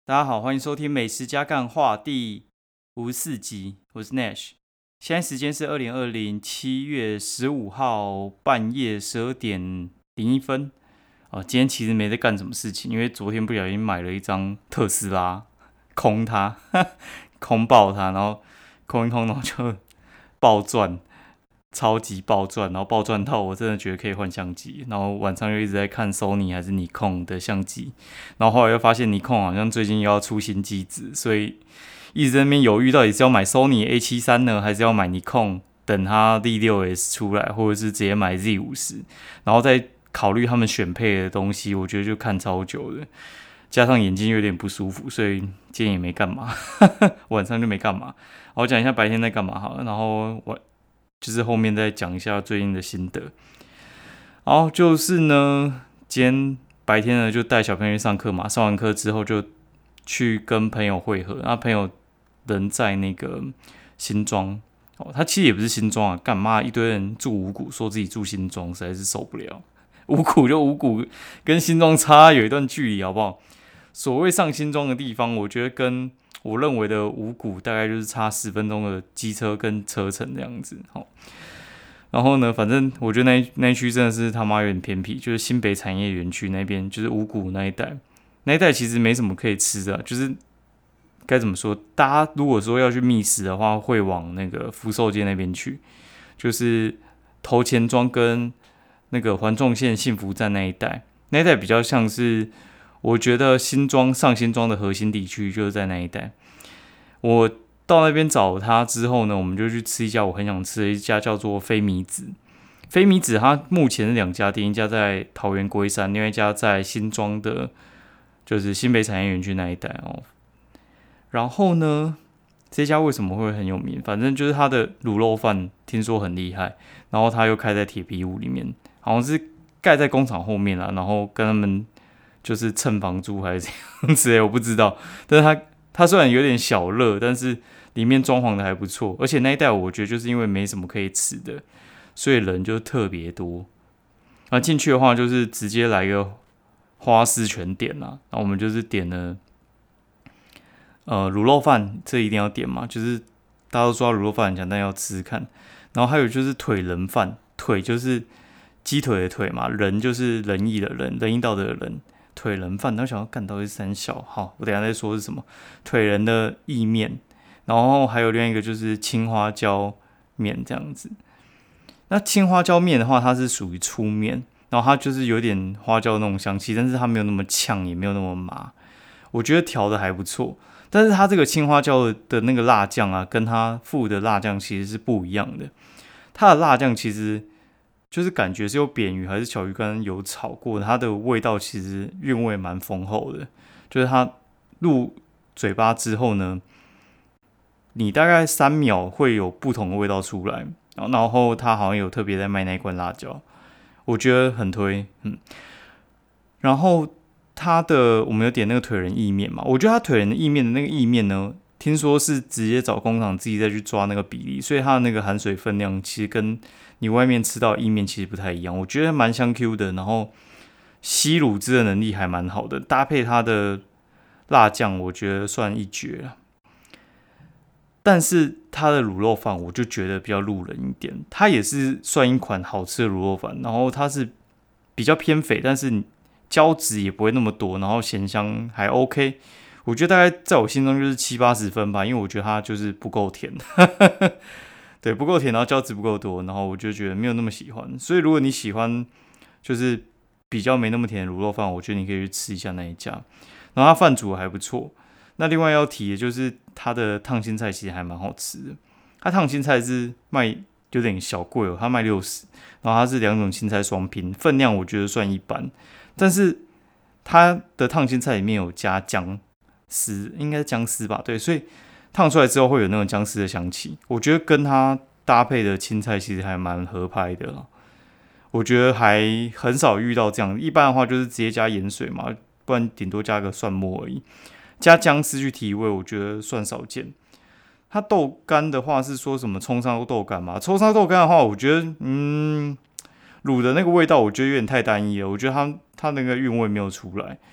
大家好，欢迎收听美食加干话第54集，我是 Nash。现在时间是2020年7月15号半夜12点01分。今天其实没在干什么事情，因为昨天不小心买了一张特斯拉，空它，空爆它，然后空一空，然后就暴赚，超级暴赚，然后暴赚到我真的觉得可以换相机，然后晚上又一直在看 Sony 还是尼康的相机，然后后来又发现尼康好像最近又要出新机子，所以一直在那边犹豫到底是要买 Sony A73呢，还是要买尼康等它 D6S 出来，或者是直接买 Z50，然后再考虑他们选配的东西，我觉得就看超久的，加上眼睛有点不舒服，所以今天也没干嘛，晚上就没干嘛。我讲一下白天在干嘛好了，然后我就是后面再讲一下最近的心得。然后就是呢，今天白天呢就带小朋友去上课嘛，上完课之后就去跟朋友会合，那朋友人在那个新庄。他其实也不是新庄啊，干嘛一堆人住五股，说自己住新庄，实在是受不了。五股就五股，跟新庄差有一段距离，好不好？所谓上新庄的地方，我觉得跟我认为的五股大概就是差10分钟的机车跟车程这样子。然后呢，反正我觉得那一区真的是他妈有点偏僻，就是新北产业园区那边，就是五股那一带。那一带其实没什么可以吃的，就是该怎么说？大家如果说要去觅食的话，会往那个福寿街那边去，就是头前庄跟那个环状线幸福站那一带，那一带比较像是我觉得新庄的核心地区就是在那一带。我到那边找他之后呢，我们就去吃一家我很想吃的一家叫做飞米子。飞米子它目前是2家店，一家在桃园龟山，另外一家在新庄的，就是新北产业园区那一带哦。然后呢，这家为什么会很有名？反正就是它的卤肉饭听说很厉害，然后它又开在铁皮屋里面，好像是盖在工厂后面啦，然后跟他们就是蹭房租还是怎样之类，我不知道。但是它虽然有点小热，但是里面装潢的还不错，而且那一带我觉得就是因为没什么可以吃的，所以人就特别多。进去的话就是直接来个花式全点啦，然后我们就是点了卤肉饭，这一定要点嘛，就是大家都说卤肉饭很强，但要吃吃看。然后还有就是腿仁饭，腿就是鸡腿的腿嘛，仁就是仁义的仁，仁义道德的仁。腿仁饭，然后想要干到是三小，好，我等一下再说是什么。腿仁的意面，然后还有另外一个就是青花椒面这样子。那青花椒面的话，它是属于粗面，然后它就是有点花椒那种香气，但是它没有那么呛，也没有那么麻，我觉得调的还不错。但是它这个青花椒的那个辣酱啊，跟它附的辣酱其实是不一样的。它的辣酱其实就是感觉是有扁鱼还是小鱼干有炒过的，它的味道其实韵味蛮丰厚的。就是它入嘴巴之后呢，你大概3秒会有不同的味道出来，然后它好像有特别在卖那一罐辣椒，我觉得很推。然后我们有点那个腿仁意面嘛，我觉得它腿仁的意面的那个意面呢，听说是直接找工厂自己再去抓那个比例，所以它的那个含水分量其实跟你外面吃到的意面其实不太一样，我觉得蛮香 Q 的，然后吸乳汁的能力还蛮好的，搭配它的辣酱，我觉得算一绝了。但是它的卤肉饭我就觉得比较路人一点，它也是算一款好吃的卤肉饭，然后它是比较偏肥，但是胶质也不会那么多，然后咸香还 OK， 我觉得大概在我心中就是70-80分吧，因为我觉得它就是不够甜，对，不够甜，然后胶质不够多，然后我就觉得没有那么喜欢。所以如果你喜欢就是比较没那么甜的卤肉饭，我觉得你可以去吃一下那一家，然后它饭煮的还不错。那另外要提的就是它的烫青菜其实还蛮好吃的，它烫青菜是卖有点小贵哦，它卖60，然后它是2种青菜双拼，分量我觉得算一般，但是它的烫青菜里面有加姜丝，应该是姜丝吧？对，所以烫出来之后会有那种姜丝的香气，我觉得跟它搭配的青菜其实还蛮合拍的啦。我觉得还很少遇到这样，一般的话就是直接加盐水嘛，不然顶多加个蒜末而已。加姜丝去提味，我觉得算少见。它豆干的话是说什么葱烧豆干嘛？葱烧豆干的话，我觉得卤的那个味道，我觉得有点太单一了。我觉得它那个韵味没有出来。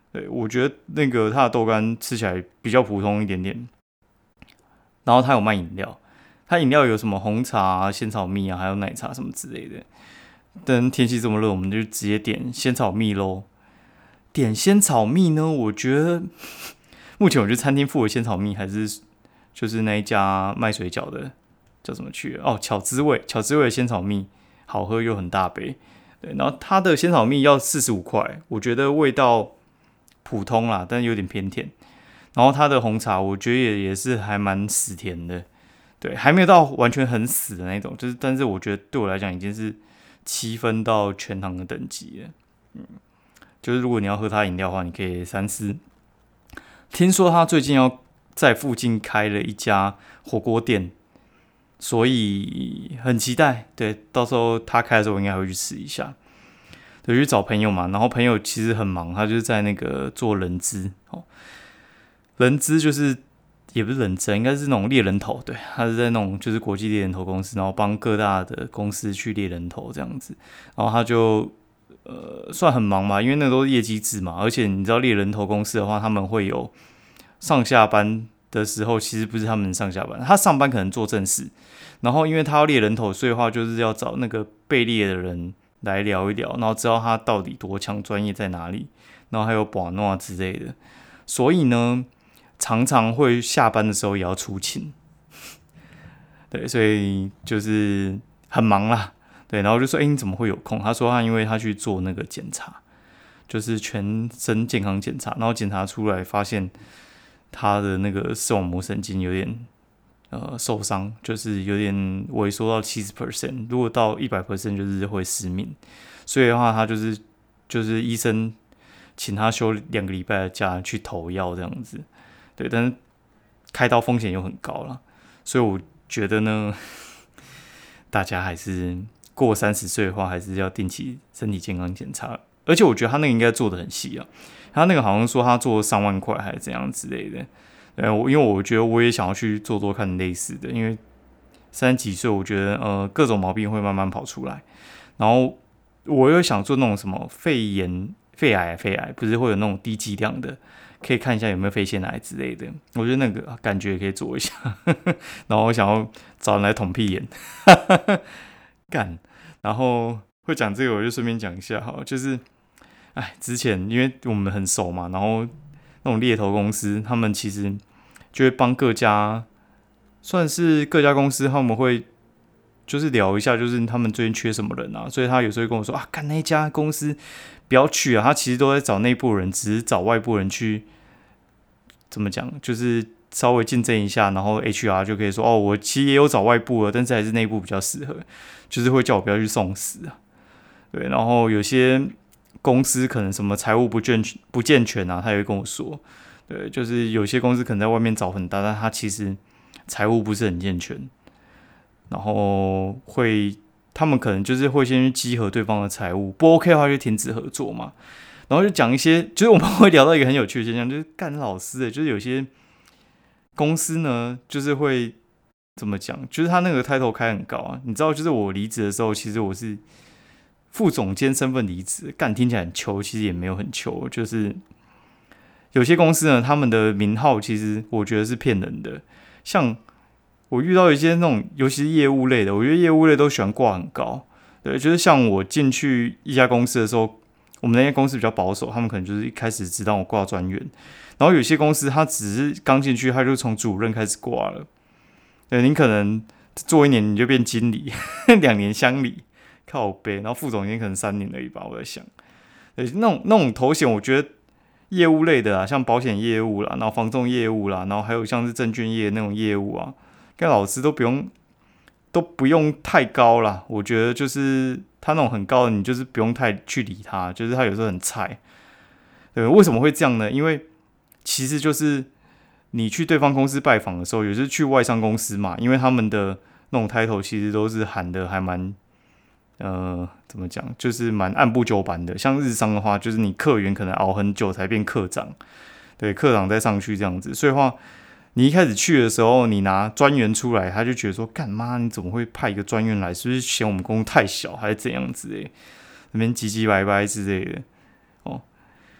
对，我觉得那个它的豆干吃起来比较普通一点点，然后它有卖饮料，它饮料有什么红茶啊、仙草蜜啊，还有奶茶什么之类的。等天气这么热，我们就直接点仙草蜜咯。点仙草蜜呢，我觉得目前我觉得餐厅附的仙草蜜还是就是那一家卖水饺的叫什么去了哦，巧滋味的仙草蜜好喝又很大杯。对，然后它的仙草蜜要45块，我觉得味道普通啦，但有点偏甜。然后它的红茶，我觉得也是还蛮死甜的，对，还没有到完全很死的那种，就是但是我觉得对我来讲已经是7分到全糖的等级了。就是如果你要喝它饮料的话，你可以3思。听说他最近要在附近开了一家火锅店，所以很期待。对，到时候他开的时候，我应该会去吃一下。对，去找朋友嘛，然后朋友其实很忙，他就是在那个做人资哦，人资就是也不是人资，应该是那种猎人头。对，他是在那种就是国际猎人头公司，然后帮各大的公司去猎人头这样子，然后他就算很忙嘛，因为那都是业绩制嘛，而且你知道猎人头公司的话，他们会有上下班的时候，其实不是他们上下班，他上班可能做正事，然后因为他要猎人头，所以的话就是要找那个被猎的人来聊一聊，然后知道他到底多强，专业在哪里，然后还有把诺之类的，所以呢，常常会下班的时候也要出勤，对，所以就是很忙啦。对，然后就说，你怎么会有空？他说因为他去做那个检查，就是全身健康检查，然后检查出来发现他的那个视网膜神经有点受伤，就是有点萎缩到70%，如果到100%就是会失明。所以的话，他就是医生请他休2个礼拜的假去投药这样子。对，但是开刀风险又很高了，所以我觉得呢，大家还是过30岁的话，还是要定期身体健康检查。而且我觉得他那个应该做的很细啊，他那个好像说他做3万块还是怎样之类的。因为我觉得我也想要去做做看类似的，因为30几岁，我觉得各种毛病会慢慢跑出来。然后我又想做那种什么肺癌不是会有那种低剂量的，可以看一下有没有肺腺癌之类的。我觉得那个感觉也可以做一下。然后我想要找人来捅屁眼，干。然后会讲这个，我就顺便讲一下哈，就是之前因为我们很熟嘛，然后那种猎头公司，他们其实就会帮算是各家公司，他们会就是聊一下，就是他们最近缺什么人啊，所以他有时候会跟我说干那家公司不要去啊，他其实都在找内部人，只是找外部人去怎么讲，就是稍微竞争一下，然后 HR 就可以说我其实也有找外部了，但是还是内部比较适合，就是会叫我不要去送死啊。对，然后有些公司可能什么财务不健全啊，他也会跟我说，对，就是有些公司可能在外面找很大，但他其实财务不是很健全，然后他们可能就是会先去稽核对方的财务，不 OK 的话就停止合作嘛。然后就讲一些，就是我们会聊到一个很有趣的现象，就是干老师就是有些公司呢，就是会怎么讲，就是他那个 title 开很高啊，你知道，就是我离职的时候，其实我是副总监身份离职，干听起来很糗，其实也没有很糗，就是有些公司呢，他们的名号其实我觉得是骗人的。像我遇到一些那种，尤其是业务类的，我觉得业务类都喜欢挂很高。对，就是像我进去一家公司的时候，我们那间公司比较保守，他们可能就是一开始只让我挂专员，然后有些公司他只是刚进去，他就从主任开始挂了。对，你可能做1年你就变经理，2年乡里靠背，然后副总监可能3年而已吧。我在想，对，那种头衔，我觉得业务类的像保险业务啦，然后房仲业务啦，然后还有像是证券业那种业务啊，跟老师都不用太高啦。我觉得就是他那种很高的，你就是不用太去理他，就是他有时候很菜。对，为什么会这样呢？因为其实就是你去对方公司拜访的时候，也是去外商公司嘛，因为他们的那种 title 其实都是喊的还蛮怎么讲，就是蛮按部就班的。像日商的话，就是你客源可能熬很久才变科长，对，科长再上去这样子。所以的话，你一开始去的时候，你拿专员出来，他就觉得说，干妈你怎么会派一个专员来？是不是嫌我们公司太小，还是怎样子？那边唧唧歪歪之类的。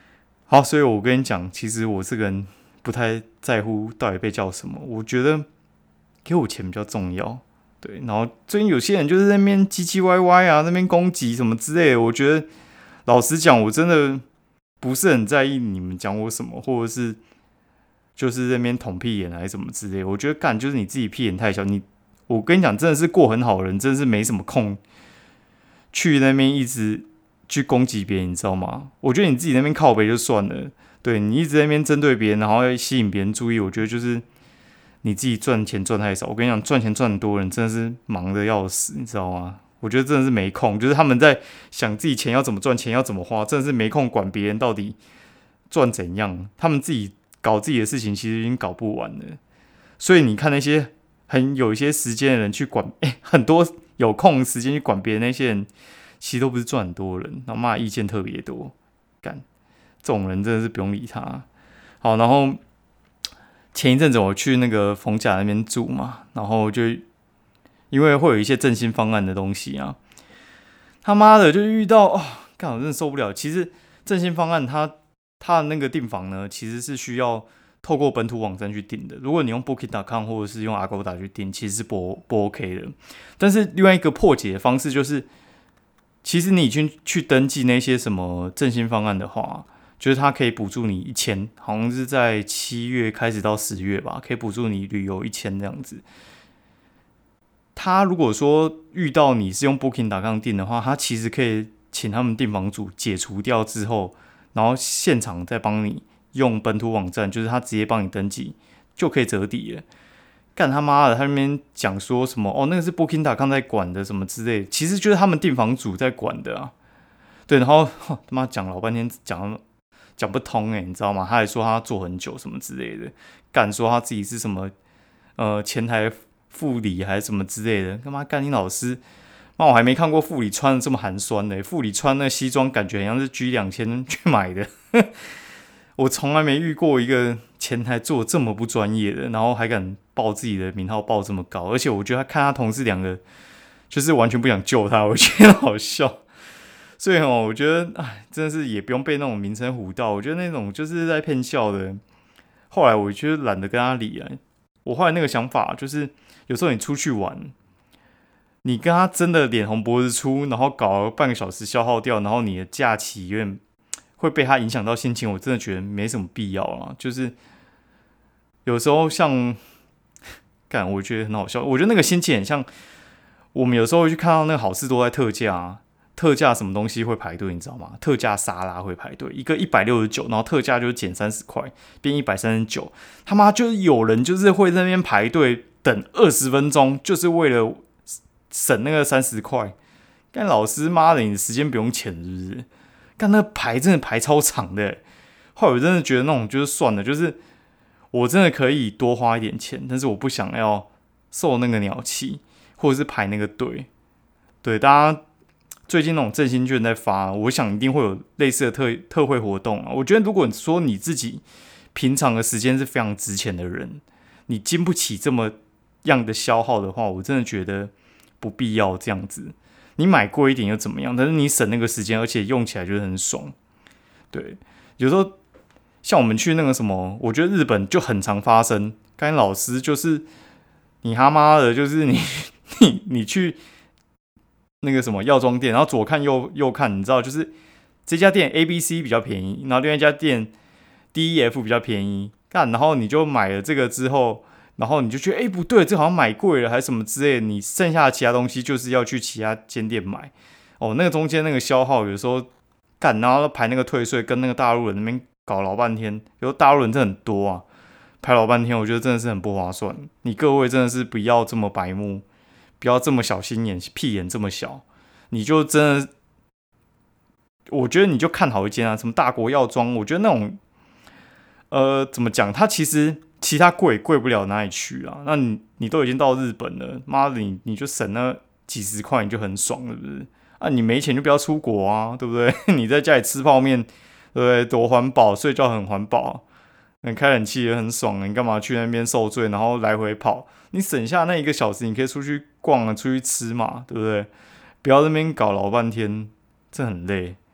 好，所以我跟你讲，其实我这个人不太在乎到底被叫什么，我觉得给我钱比较重要。对，然后最近有些人就是在那边唧唧歪歪啊，那边攻击什么之类的，我觉得老实讲，我真的不是很在意你们讲我什么，或者是就是在那边捅屁眼还是什么之类的。我觉得干就是你自己屁眼太小，我跟你讲，真的是过很好的人，真的是没什么空去那边一直去攻击别人，你知道吗？我觉得你自己那边靠北就算了，对你一直在那边针对别人，然后要吸引别人注意，我觉得就是你自己赚钱赚太少。我跟你讲，赚钱赚很多人真的是忙得要死，你知道吗？我觉得真的是没空，就是他们在想自己钱要怎么赚，钱要怎么花，真的是没空管别人到底赚怎样，他们自己搞自己的事情，其实已经搞不完了。所以你看那些有一些时间的人去管，很多有空时间去管别人那些人，其实都不是赚很多的人，然后意见特别多，干这种人真的是不用理他。好，然后前一阵子我去那个逢甲那边住嘛，然后就因为会有一些振兴方案的东西啊，他妈的就遇到干我真的受不了。其实振兴方案它的那个订房呢，其实是需要透过本土网站去订的。如果你用 Booking.com 或者是用 Agoda 去订，其实是不 OK 的。但是另外一个破解的方式就是，其实你已经去登记那些什么振兴方案的话，就是它可以补助你1000，好像是在7月开始到10月吧，可以补助你旅游1000这样子。他如果说遇到你是用 Booking.com 订的话，他其实可以请他们订房主解除掉之后，然后现场再帮你用本土网站，就是他直接帮你登记，就可以折抵了。干他妈的，他那边讲说什么那个是 Booking.com 在管的什么之类的，其实就是他们订房主在管的啊。对，然后他妈讲老半天讲不通你知道吗？他还说他做很久什么之类的，干说他自己是什么前台副理还是什么之类的，干嘛干你老师？妈，我还没看过副理穿的这么寒酸的，副理穿那西装感觉好像是 G2000去买的，我从来没遇过一个前台做这么不专业的，然后还敢报自己的名号报这么高，而且我觉得他看他同事两个就是完全不想救他，我觉得好笑。所以我觉得真的是也不用被那种名称唬到，我觉得那种就是在骗笑的。后来我就懒得跟他理了。我后来那个想法就是，有时候你出去玩，你跟他真的脸红脖子粗，然后搞了半个小时消耗掉，然后你的假期有点会被他影响到心情，我真的觉得没什么必要啦。就是有时候像干，我觉得很好笑。我觉得那个心情很像我们有时候会去看到那个好事多在特价特价什么东西会排队，你知道吗？特价沙拉会排队，一个169，然后特价就是减30块，变139。他妈就是有人就是会在那边排队等20分钟，就是为了省那个30块。干老师妈的，你的时间不用钱是不是？干那排真的排超长的。后来我真的觉得那种就是算了，就是我真的可以多花一点钱，但是我不想要受那个鸟气，或者是排那个队。对，大家最近那种振兴券在发，我想一定会有类似的特惠活动啊。我觉得如果你说你自己平常的时间是非常值钱的人，你经不起这么样的消耗的话，我真的觉得不必要这样子。你买贵一点又怎么样？但是你省那个时间，而且用起来就是很爽。对，有时候像我们去那个什么，我觉得日本就很常发生。刚才老师就是你他妈的，就是你去那个什么药妆店，然后左看右看，你知道，就是这家店 ABC 比较便宜，然后另外一家店 DEF 比较便宜，干，然后你就买了这个之后，然后你就觉得不对，这好像买贵了还是什么之类的，你剩下的其他东西就是要去其他间店买。那个中间那个消耗有时候干，然后排那个退税，跟那个大陆人那边搞老半天，有时候大陆人真的很多啊，排老半天，我觉得真的是很不划算。你各位真的是不要这么白目。不要这么小心眼，屁眼这么小，你就真的，我觉得你就看好一间啊，什么大国药妆，我觉得那种，怎么讲，它其实其他贵不了哪里去啊。那你都已经到日本了，妈的，你就省那几十块，你就很爽了，是不是？啊，你没钱就不要出国啊，对不对？你在家里吃泡面，对不对？多环保，睡觉很环保，你开冷气也很爽，你干嘛去那边受罪，然后来回跑？你省下那1个小时，你可以出去逛啊，出去吃嘛，对不对？不要在那边搞老半天，这很累。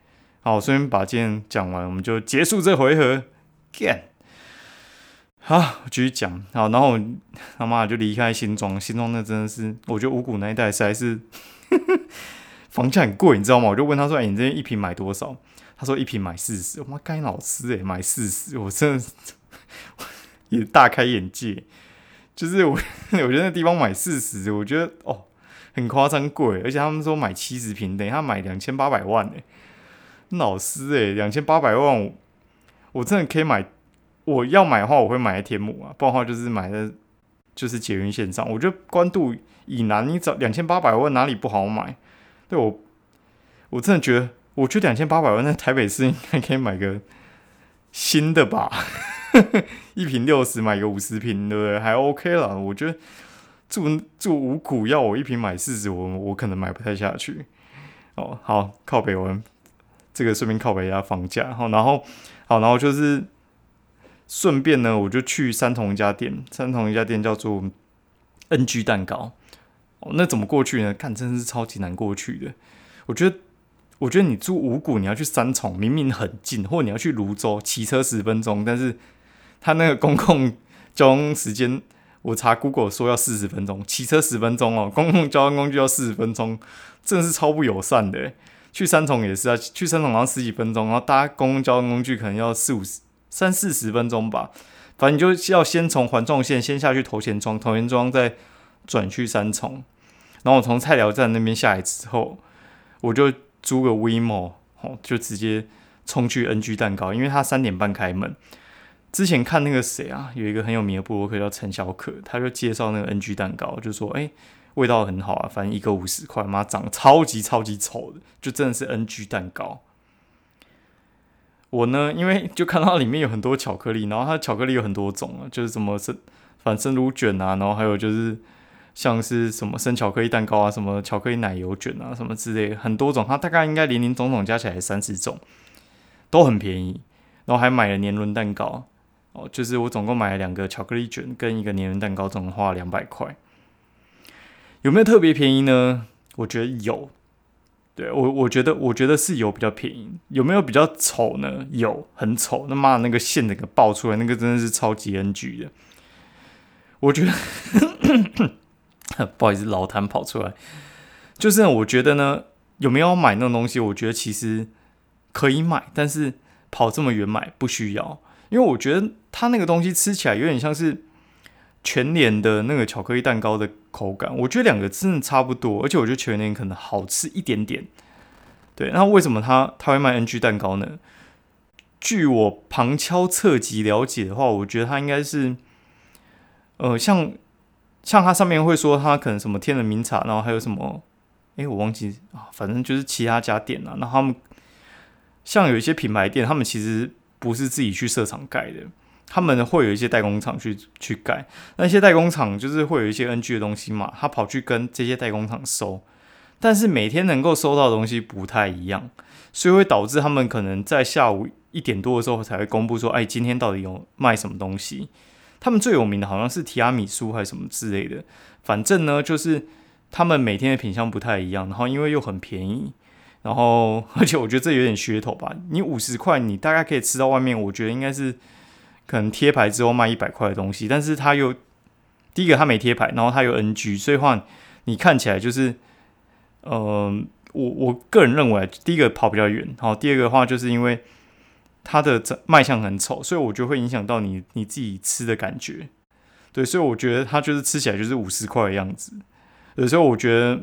好，我顺便把今天讲完，我们就结束这回合。干，好，我继续讲。好，然后我他妈就离开新庄，新庄那真的是，我觉得五股那一带实在是房价很贵，你知道吗？我就问他说：“哎、你这边一瓶买多少？”他说：“一瓶买40。”我妈干老师买40，我真的也大开眼界。就是我觉得那地方买40，我觉得很夸张贵，而且他们说买70瓶，等一下买2800万老师2800万，我真的可以买。我要买的话，我会买在天母啊，不然的话就是买在就是捷运线上。我觉得关渡以南，你找2800万哪里不好买？对我真的觉得，我觉得2800万在台北市应该可以买个新的吧，一瓶60，买个50瓶，对不对？还 OK 啦。我觉得住五股要我一瓶买40，我可能买不太下去。好，靠北文这个顺便靠北一下房价，然后就是顺便呢，我就去三重一家店叫做 NG 蛋糕。那怎么过去呢？看真的是超级难过去的。我觉得你住五股，你要去三重，明明很近，或者你要去蘆洲，骑车10分钟，但是他那个公共交通时间，我查 Google 说要40分钟，骑车10分钟公共交通工具要40分钟，真的是超不友善的。去三重也是啊，去三重好像10几分钟，然后搭公共交通工具可能要30-40分钟吧。反正你就要先从环状线先下去头前庄，再转去三重。然后我从菜寮站那边下来之后，我就租个 WeMo， 就直接冲去 NG 蛋糕，因为他3点半开门。之前看那个谁啊，有一个很有名的部落客叫陈小可，他就介绍那个 NG 蛋糕，就说味道很好啊，反正一个50块，妈长得超级超级丑的，就真的是 NG 蛋糕。我呢，因为就看到它里面有很多巧克力，然后它的巧克力有很多种啊，就是什么反生乳卷啊，然后还有就是像是什么生巧克力蛋糕啊，什么巧克力奶油卷啊，什么之类的，很多种。它大概应该林总加起来30种，都很便宜。然后还买了年轮蛋糕，就是我总共买了2个巧克力卷跟1个年轮蛋糕，总共花了200块。有没有特别便宜呢？我觉得有。对，我觉得是有比较便宜。有没有比较丑呢？有，很丑。那妈那个线整个爆出来，那个真的是超级 NG 的。我觉得不好意思，老痰跑出来。就是呢，我觉得呢，有没有买那种东西？我觉得其实可以买，但是跑这么远买不需要，因为我觉得它那个东西吃起来有点像是全联的那个巧克力蛋糕的口感，我觉得2个真的差不多，而且我觉得全联可能好吃一点点。对，那为什么他会卖 NG 蛋糕呢？据我旁敲侧击了解的话，我觉得它应该是，像它上面会说它可能什么天人茗茶，然后还有什么，我忘记啊，反正就是其他家店啊。然后他们像有一些品牌店，他们其实不是自己去设厂盖的，他们会有一些代工厂去盖。那些代工厂就是会有一些 NG 的东西嘛，他跑去跟这些代工厂收，但是每天能够收到的东西不太一样，所以会导致他们可能在下午1点多的时候才会公布说，今天到底有卖什么东西。他们最有名的好像是提拉米苏还是什么之类的，反正呢就是他们每天的品相不太一样，然后因为又很便宜，然后而且我觉得这有点噱头吧，你50块你大概可以吃到外面，我觉得应该是可能贴牌之后卖100块的东西，但是它又第一个它没贴牌，然后它有 NG， 所以话你看起来就是我个人认为第一个跑比较远，好，第二个的话就是因为它的卖相很丑，所以我觉得会影响到你自己吃的感觉。对，所以我觉得它就是吃起来就是50块的样子。有时候我觉得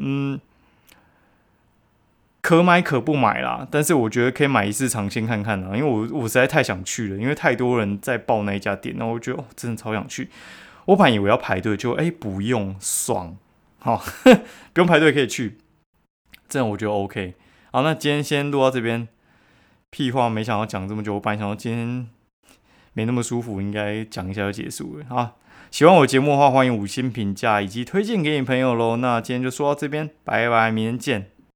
可买可不买啦，但是我觉得可以买一次尝鲜看看啦，因为我实在太想去了，因为太多人在报那一家店，然后我觉得真的超想去。我本来以为要排队，就不用，爽，好，不用排队可以去，这样我觉得 OK。好，那今天先录到这边。屁话没想到讲这么久，我本来想到今天没那么舒服，应该讲一下就结束了。好，喜欢我节目的话，欢迎5星评价以及推荐给你朋友咯。那今天就说到这边，拜拜，明天见。